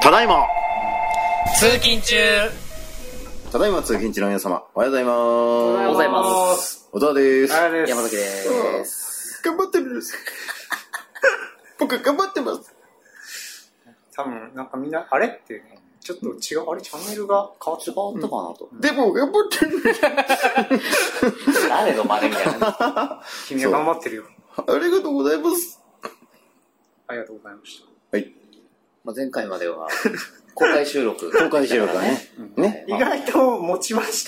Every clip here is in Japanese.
ただいま通勤中。 ただいま通勤中の皆様、おはようございます。 おはようございます。 小沢です。 山崎です。 頑張ってるんです。僕頑張ってます。 多分なんかみんなあれってね、ちょっと違う、あれチャンネルが変わったかなと、 でも頑張ってるんです。 誰の真似みたいな。 君は頑張ってるよ。 ありがとうございます。 ありがとうございました。 はい。 前回までは公開収録だね。 意外と持ちました。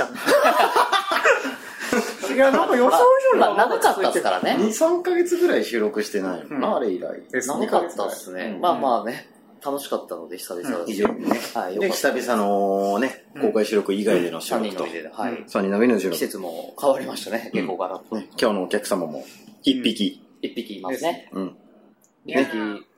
いや、なんか予想以上に長かったですからね。 2、3ヶ月ぐらい収録してないのかな、あれ以来。 長かったですね。まあね、楽しかったので久々 非常にね。で、久々のね、公開収録以外での収録と。3人のみの収録。 季節も変わりましたね、結構ガラッと。 今日のお客様も1匹いますね。 ね。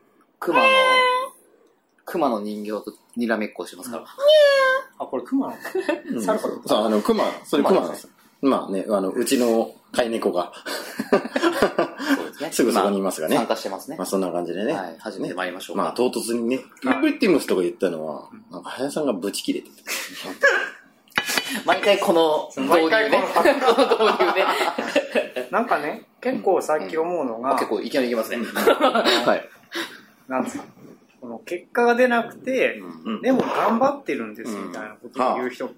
熊の人形とにらめっこしますから。 あ、これ熊なの？猿かと。 そう、それ熊なんですよ。まあね、うちの飼い猫がすぐそこにいますがね。 参加してますね。 まあそんな感じでね。 はい、始めてまいりましょうか。 まあ唐突にね、プリティムスとか言ったのは、なんか林さんがブチ切れてて。 毎回この導入ね。 なんかね、結構さっき思うのが、 結構いきなりいきますね。 はい。 なんですか。この結果が出なくて、でも頑張ってるんですみたいなことを言う人って、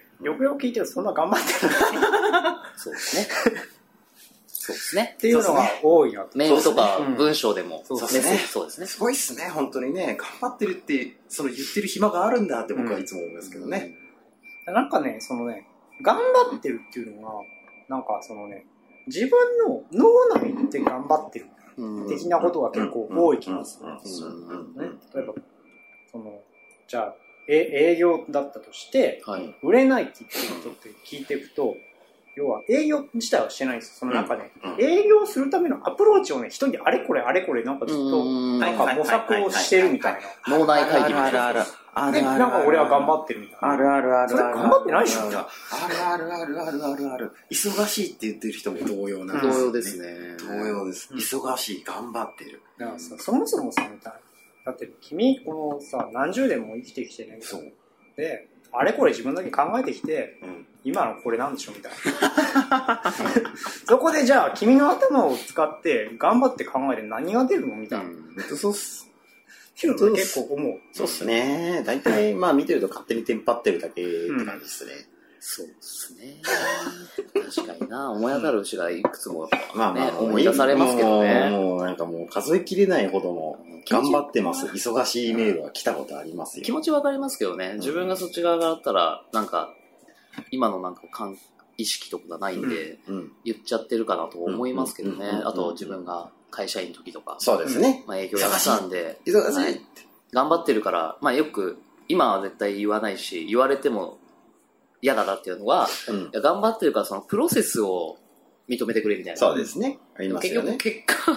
よくよく聞いてるとそんな頑張ってる。 そうですね。そうですね。 っていうのが多いなと。 メールとか文章でも。 そうですね。 そうですね。 すごいっすね、本当にね。頑張ってるって、言ってる暇があるんだって僕はいつも思いますけどね。 なんかね、頑張ってるっていうのが、なんか自分の脳内で頑張ってる。的なことが結構多い気がするんですよ。例えば、じゃあ、営業だったとして、売れないって言ってる人って聞いていくと、要は営業自体はしてないんですよ。その中で、営業するためのアプローチをね、一人であれこれなんかずっと、なんか模索をしてるみたいな。 脳内会議みたいな。 で、なんか俺は頑張ってるみたいな。 あるあるある。 それ頑張ってないでしょ。 ある。忙しいって言ってる人も同様なんです。 同様ですね。 同様です。忙しい、頑張ってる。 だからさ、そもそもさ、みたいな。だって君、このさ、何十年も生きてきてね。そう。で、あれこれ自分だけ考えてきて、今のこれなんでしょみたいな。そこでじゃあ、君の頭を使って頑張って考えて何が出るのみたいな。 そうっす。 っていうのが結構思う。 そうっすね。大体、まあ見てると勝手にテンパってるだけって感じですね。 そうですね。確かにな。思い当たる節がいくつも思い出されますけどね。 もうなんかもう数えきれないほどの頑張ってます。忙しいメールは来たことありますよ。 気持ちわかりますけどね。自分がそっち側があったら、なんか、今のなんか意識とかがないんで、言っちゃってるかなと思いますけどね。あと自分が会社員の時とか。 そうですね。 営業やってたんで。 忙しい。 頑張ってるから、よく、今は絶対言わないし、言われても嫌だなっていうのは、頑張ってるからそのプロセスを認めてくれみたいな。 そうですね。ありますよね。 結果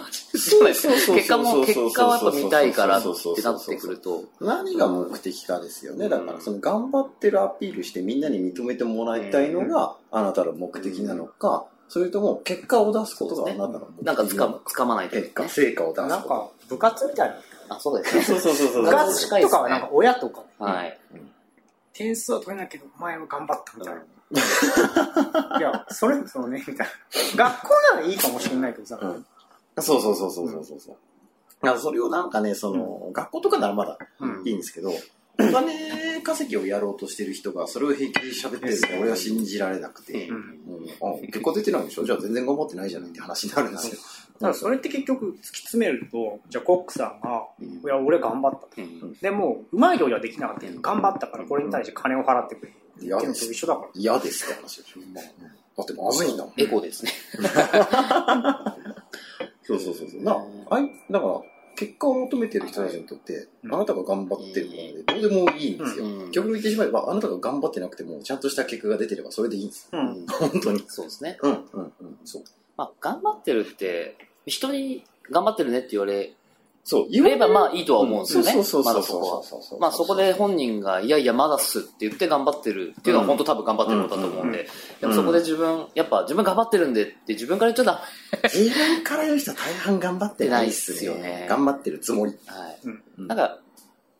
はやっぱ見たいからってなってくると。 何が目的かですよね。だから頑張ってるアピールしてみんなに認めてもらいたいのがあなたの目的なのか、それとも結果を出すことがあなたの目的なんか掴まないと。 成果を出すこと。 なんか部活みたいな。 あ、そうですね。 そう。部活とかはなんか親とか。 はい。 点数は取れないけど、お前は頑張ったみたいな。いや、それ、みたいな。学校ならいいかもしれないけどさ。 そう。それをなんかね、学校とかならまだいいんですけど、お金稼ぎをやろうとしてる人がそれを平気で喋ってるの俺は信じられなくて、結果出てないでしょ、じゃあ全然頑張ってないじゃないって話になるんですよ。 だからそれって結局突き詰めると、じゃあコックさんが、いや俺頑張ったと。でもうまい料理はできなかったけど頑張ったからこれに対して金を払ってくれ。 嫌です。 一緒だから。 嫌ですって話でしょ。だってまずいんだもん。 エコですね。 そう。だから結果を求めてる人たちにとって、あなたが頑張ってるのでどうでもいいんですよ。極論言ってしまえば、あなたが頑張ってなくてもちゃんとした結果が出てればそれでいいんです。本当に。 そうですね。 そう。 頑張ってるって、人に頑張ってるねって言われ言えばいいとは思うんですよね。まだそこは。そこで本人がいやまだっすって言って頑張ってるっていうのは本当多分頑張ってることだと思うんで、でもそこで自分頑張ってるんでって自分から言っちゃダメ。 自分から言う人は大半頑張ってないっすよね。頑張ってるつもり。 なんか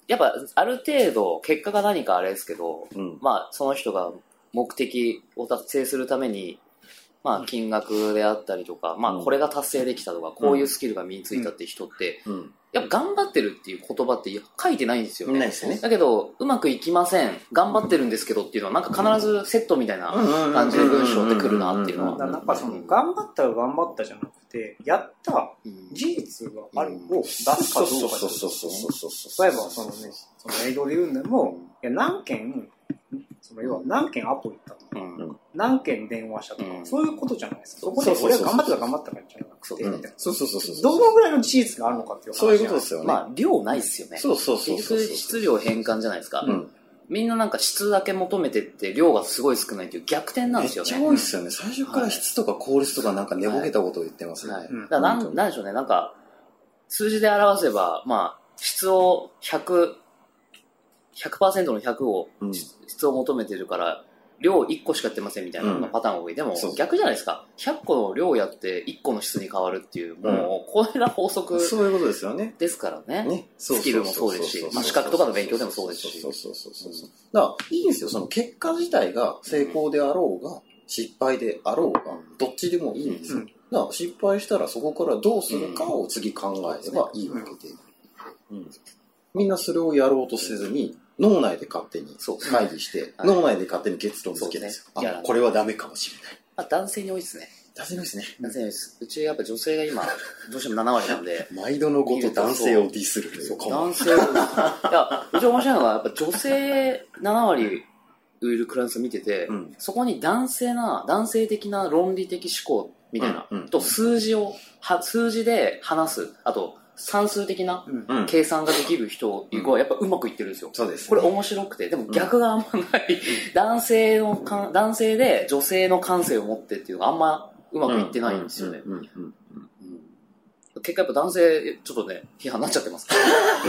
やっぱある程度結果が何かあれですけど、まあその人が目的を達成するために、まあ金額であったりとか、まあこれが達成できたとか、こういうスキルが身についたって人って、やっぱ頑張ってるっていう言葉って書いてないんですよね。だけど、うまくいきません、頑張ってるんですけどっていうのは、なんか必ずセットみたいな感じで文章ってくるなっていうのは。 なんかその、頑張ったら頑張ったじゃなくて、やった事実があるを出すかどうかですよね。例えば、そのね、その営業で言うんでも、いや何件、その要は何件アポ行ったとか、何件電話したとか、そういうことじゃないですか。そこで俺は頑張ったか頑張ったかじゃなくて、どのぐらいの事実があるのかっていう話。 そういうことですよね。 まあ、量ないっすよね。結局、質量変換じゃないですか。みんななんか質だけ求めてって量がすごい少ないっていう逆転なんですよね。 めっちゃ多いっすよね。最初から質とか効率とかなんか寝ぼけたことを言ってますね。 だからなんでしょうね。なんか、数字で表せば、まあ、質を100% の100を、質を求めてるから、量1個しかやってませんみたいなパターンが多い。でも逆じゃないですか。100個の量やって1個の質に変わるっていう、もう、これが法則。 そういうことですよね。 ですからね。スキルもそうですし、資格とかの勉強でもそうですし。 だから、いいんですよ。その結果自体が成功であろうが、失敗であろうが、どっちでもいいんですよ。だから、失敗したらそこからどうするかを次考えればいいわけで。みんなそれをやろうとせずに、脳内で勝手に会議して、脳内で勝手に結論付けるんですよ。あ、これはダメかもしれない。 あ、男性に多いですね。 男性に多いですね。 男性に多いです。うちやっぱ女性が今、どうしても7割なんで。 毎度のごと男性をディスる。 男性を。いや、うち面白いのが、やっぱ女性7割いるクライアント見てて、そこに男性的な論理的思考みたいな、と数字で話す、あと、算数的な計算ができる人がやっぱうまくいってるんですよ。 そうです。 これ面白くて、でも逆があんまない。男性で女性の感性を持ってっていうのがあんまうまくいってないんですよね。結果やっぱ男性、ちょっとね、批判になっちゃってますから。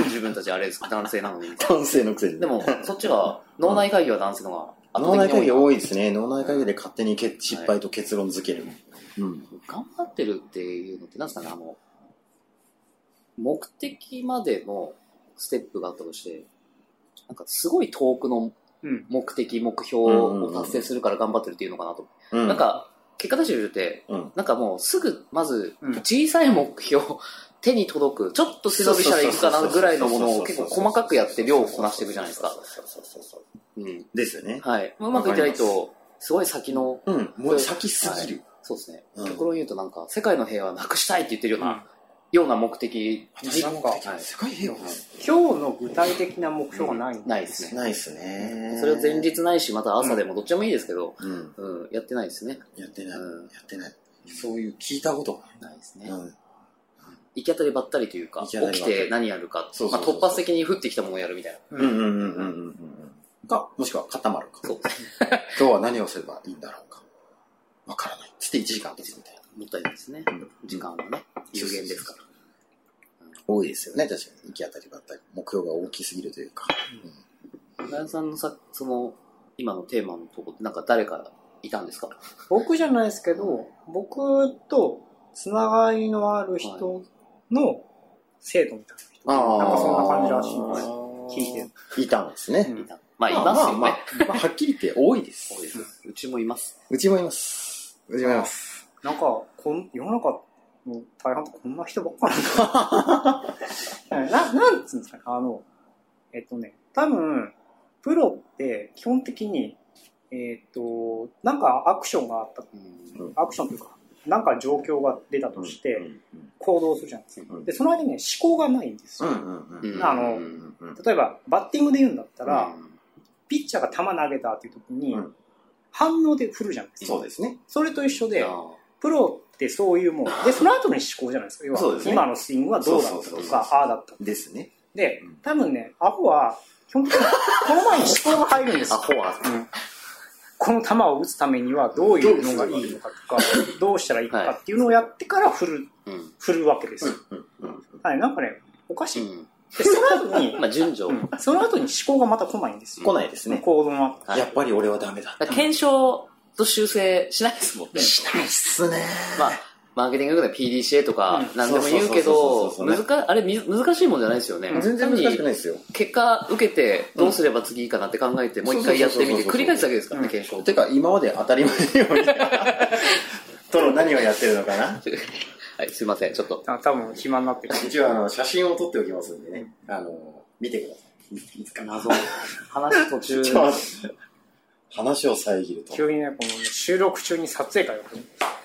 自分たちあれです、男性なのに。 男性のくせに。 でも、そっちが、脳内会議は男性の方が脳内会議多いですね。脳内会議で勝手に失敗と結論付ける。 頑張ってるっていうのって、なんですかね、目的までのステップがあったとして、なんかすごい遠くの目的、目標を達成するから頑張ってるっていうのかなと。なんか、結果出してるって、なんかもうすぐ、まず、小さい目標、手に届く、ちょっと背伸びしたらいくかなぐらいのものを結構細かくやって量をこなしていくじゃないですか。 ですよね。 はい。うまくいってないと、すごい先の。 もう先すぎる。 そうですね。極論言うとなんか、世界の平和をなくしたいって言ってるような目的。 なんか、世界平和。 今日の具体的な目標がない。 ないですね。 ないですね。 それを前日ないし、また朝でもどっちでもいいですけど、やってないですね。 やってない。そういう聞いたことがないですね。行き当たりばったりというか、起きて何やるか、突発的に降ってきたものをやるみたいな。 か、もしくは固まるか。今日は何をすればいいんだろうか。わからない。つって1時間ですみたいな。 もったいないですね。時間はね、有限ですから。 多いですよね、確かに。行き当たりばったり。目標が大きすぎるというか。 村山さんのその、今のテーマのとこって、なんか誰かいたんですか？ 僕じゃないですけど、僕とつながりのある人の生徒みたいな人。なんかそんな感じらしいので、聞いていたんですね。 まあ、いますよね。 はっきり言って多いです。 うちもいます。 なんか、世の中の大半ってこんな人ばっかなんだ。なんつうんですかね。多分、プロって基本的に、なんかアクションがあった。アクションというか、なんか状況が出たとして、行動するじゃないですか。で、その間にね、思考がないんですよ。例えば、バッティングで言うんだったら、ピッチャーが球投げたっていう時に、反応で振るじゃないですか。 そうですね。 それと一緒で、プロってそういうもん。で、その後に思考じゃないですか。要は、今のスイングはどうだったとか、ああだった。 ですね。 で、多分ね、アホは、基本的にこの前に思考が入るんですよ。 アホは。 この球を打つためにはどういうのがいいのかとか、どうしたらいいかっていうのをやってから振るわけですよ。なんかね、おかしい。で、その後に、 順序。 その後に思考がまた来ないんですよ。 来ないですね。 行動は。 やっぱり俺はダメだ。 検証と修正しないですもんね。 しないっすね。 マーケティングで PDCA とか何でも言うけど、あれ難しいもんじゃないですよね。 全然難しくないですよ。 結果受けてどうすれば次いいかなって考えて、もう一回やってみて繰り返すだけですからね、検証。 てか今まで当たり前のようにトロ何をやってるのかな。 はい、すいません、ちょっと。 多分暇になってる。 一応写真を撮っておきますんでね、見てください。いつか謎話途中話を遮ると。 急にね、この収録中に撮影会を始め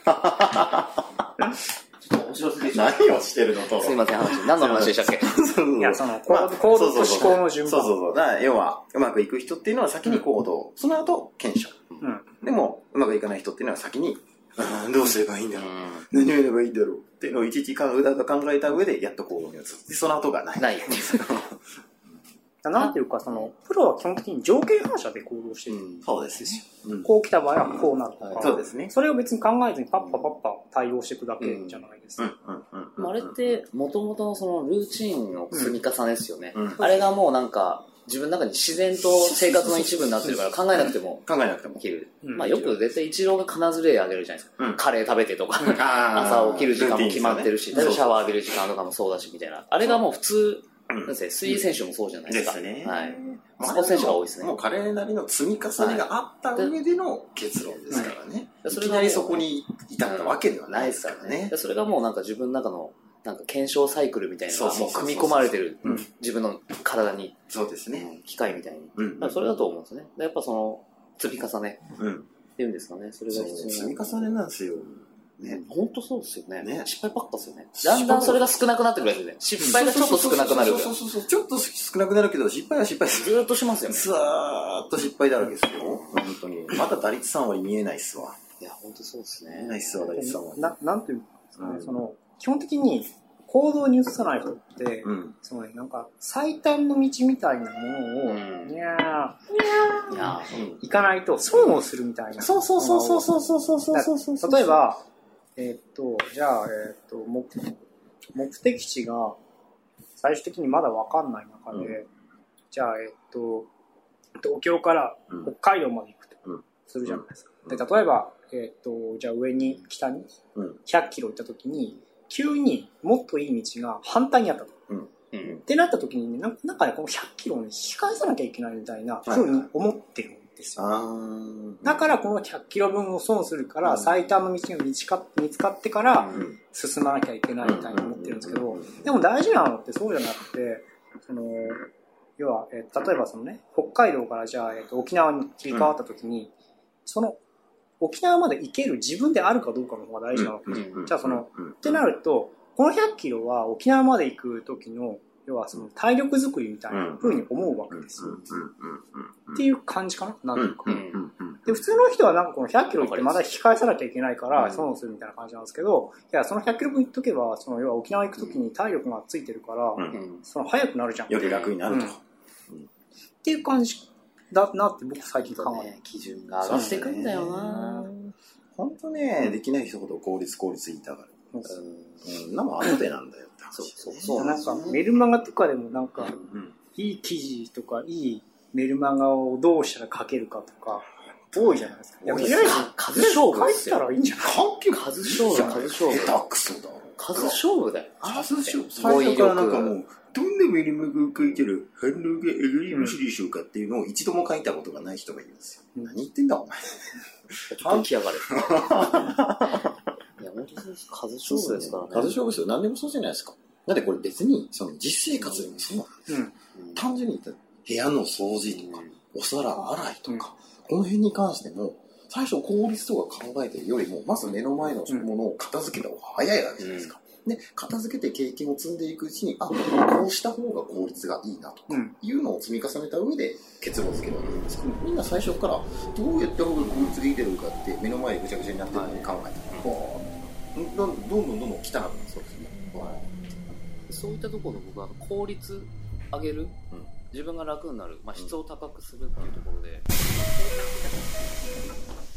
面白すぎる。 何をしてるのと。 すいません、何の話でしたっけ。 いや、そのコードと思考の順番。 そう。だから要は、うまくいく人っていうのは先にコードを、その後、検証。でも、うまくいかない人っていうのは先に、どうすればいいんだろう。何をやればいいんだろう。っていうのをいちいち考えた上で、やっとコードに移す。で、その後がない。 ない。 なんていうか、プロは基本的に条件反射で行動してる。 そうですよ。 こう来た場合はこうなるとか。 そうですね。 それを別に考えずにパッパ対応していくだけじゃないですか。 あれって、もともとのそのルーチンの積み重ねですよね。あれがもうなんか、自分の中に自然と生活の一部になってるから考えなくてもいける。まあよく絶対イチローが必ず例あげるじゃないですか。カレー食べてとか、朝起きる時間も決まってるし、シャワー浴びる時間とかもそうだしみたいな。あれがもう普通、水泳選手もそうじゃないですか。 ですね。 はい。スポーツ選手が多いですね。 もう彼なりの積み重ねがあった上での結論ですからね。いきなりそこに至ったわけではないですからね。 それがもうなんか自分の中のなんか検証サイクルみたいなのがもう組み込まれてる。自分の体に。 そうですね。 機械みたいに。それだと思うんですね。やっぱその積み重ねっていうんですかね。それが必要。 積み重ねなんですよ。 ね、本当そうですよね。失敗ばっかですよね。だんだんそれが少なくなってくるんですよね。失敗がちょっと少なくなる。 そう。ちょっと少なくなるけど、失敗は失敗する。 ずーっとしますよね。 ずーっと失敗だらけですよ。本当に。まだ打率3割見えないっすわ。 いや、本当そうですね。 見えないっすわ、打率3割。 なんていうんですかね、基本的に行動に移さない人って、なんか最短の道みたいなものを、行かないと損をするみたいな。 そう。 例えば、じゃあ、目的地が最終的にまだ分かんない中で、じゃあ、東京から北海道まで行くとするじゃないですか。で、例えば、じゃあ北に100キロ行った時に、急にもっといい道が反対にあったと。ってなった時にね、なんかね、この100キロに引き返さなきゃいけないみたいな風に思ってるんですよ。だからこの100キロ分を損するから、最短の道が見つかってから進まなきゃいけないみたいに思ってるんですけど、でも大事なのってそうじゃなくて、要は、例えば北海道からじゃあ、沖縄に切り替わった時に、その沖縄まで行ける自分であるかどうかの方が大事なわけです。じゃあってなると、この100キロは沖縄まで行く時の、要は体力作りみたいな風に思うわけですよ。っていう感じかな、なんとか。で、普通の人はなんかこの100キロ行ってまだ引き返さなきゃいけないから損するみたいな感じなんですけど、いや、その100キロ分行っとけば、要は沖縄行く時に体力がついてるから、速くなるじゃん。 より楽になると。 っていう感じだなって僕最近考えて。 基準が上がっていくんだよな。 本当ね、できない人ほど効率言いたがる。なんか後でなんだよって話。 そう。なんかメルマガとかでもなんか、いい記事とかいいメルマガをどうしたら書けるかとか多いじゃないですか。 とりあえず数勝負書いたらいいんじゃない？ 数勝負。 下手くそだ。 数勝負だよ。 数勝負。最初からなんかもう、どんなメルマガを書いてる反応が上がりますでしょうかっていうのを一度も書いたことがない人がいるんですよ。何言ってんだお前。 出来上がる。いや、本当に数勝負ですからね。 数勝負ですよ。何でもそうじゃないですか。だってこれ別に、実生活でもそうなんですよ。単純に言ったら、部屋の掃除とか、お皿洗いとか、この辺に関しても、最初効率とか考えてるよりも、まず目の前のものを片付けた方が早いわけじゃないですか。で、片付けて経験を積んでいくうちに、こうした方が効率がいいなとか、いうのを積み重ねた上で結論付けるわけですけど、みんな最初からどうやった方が効率がいいだろうかって目の前でぐちゃぐちゃになってるのに考えたら、どんどん汚くなるそうですね。 そういったところの僕は効率上げる、自分が楽になる、質を高くするっていうところで、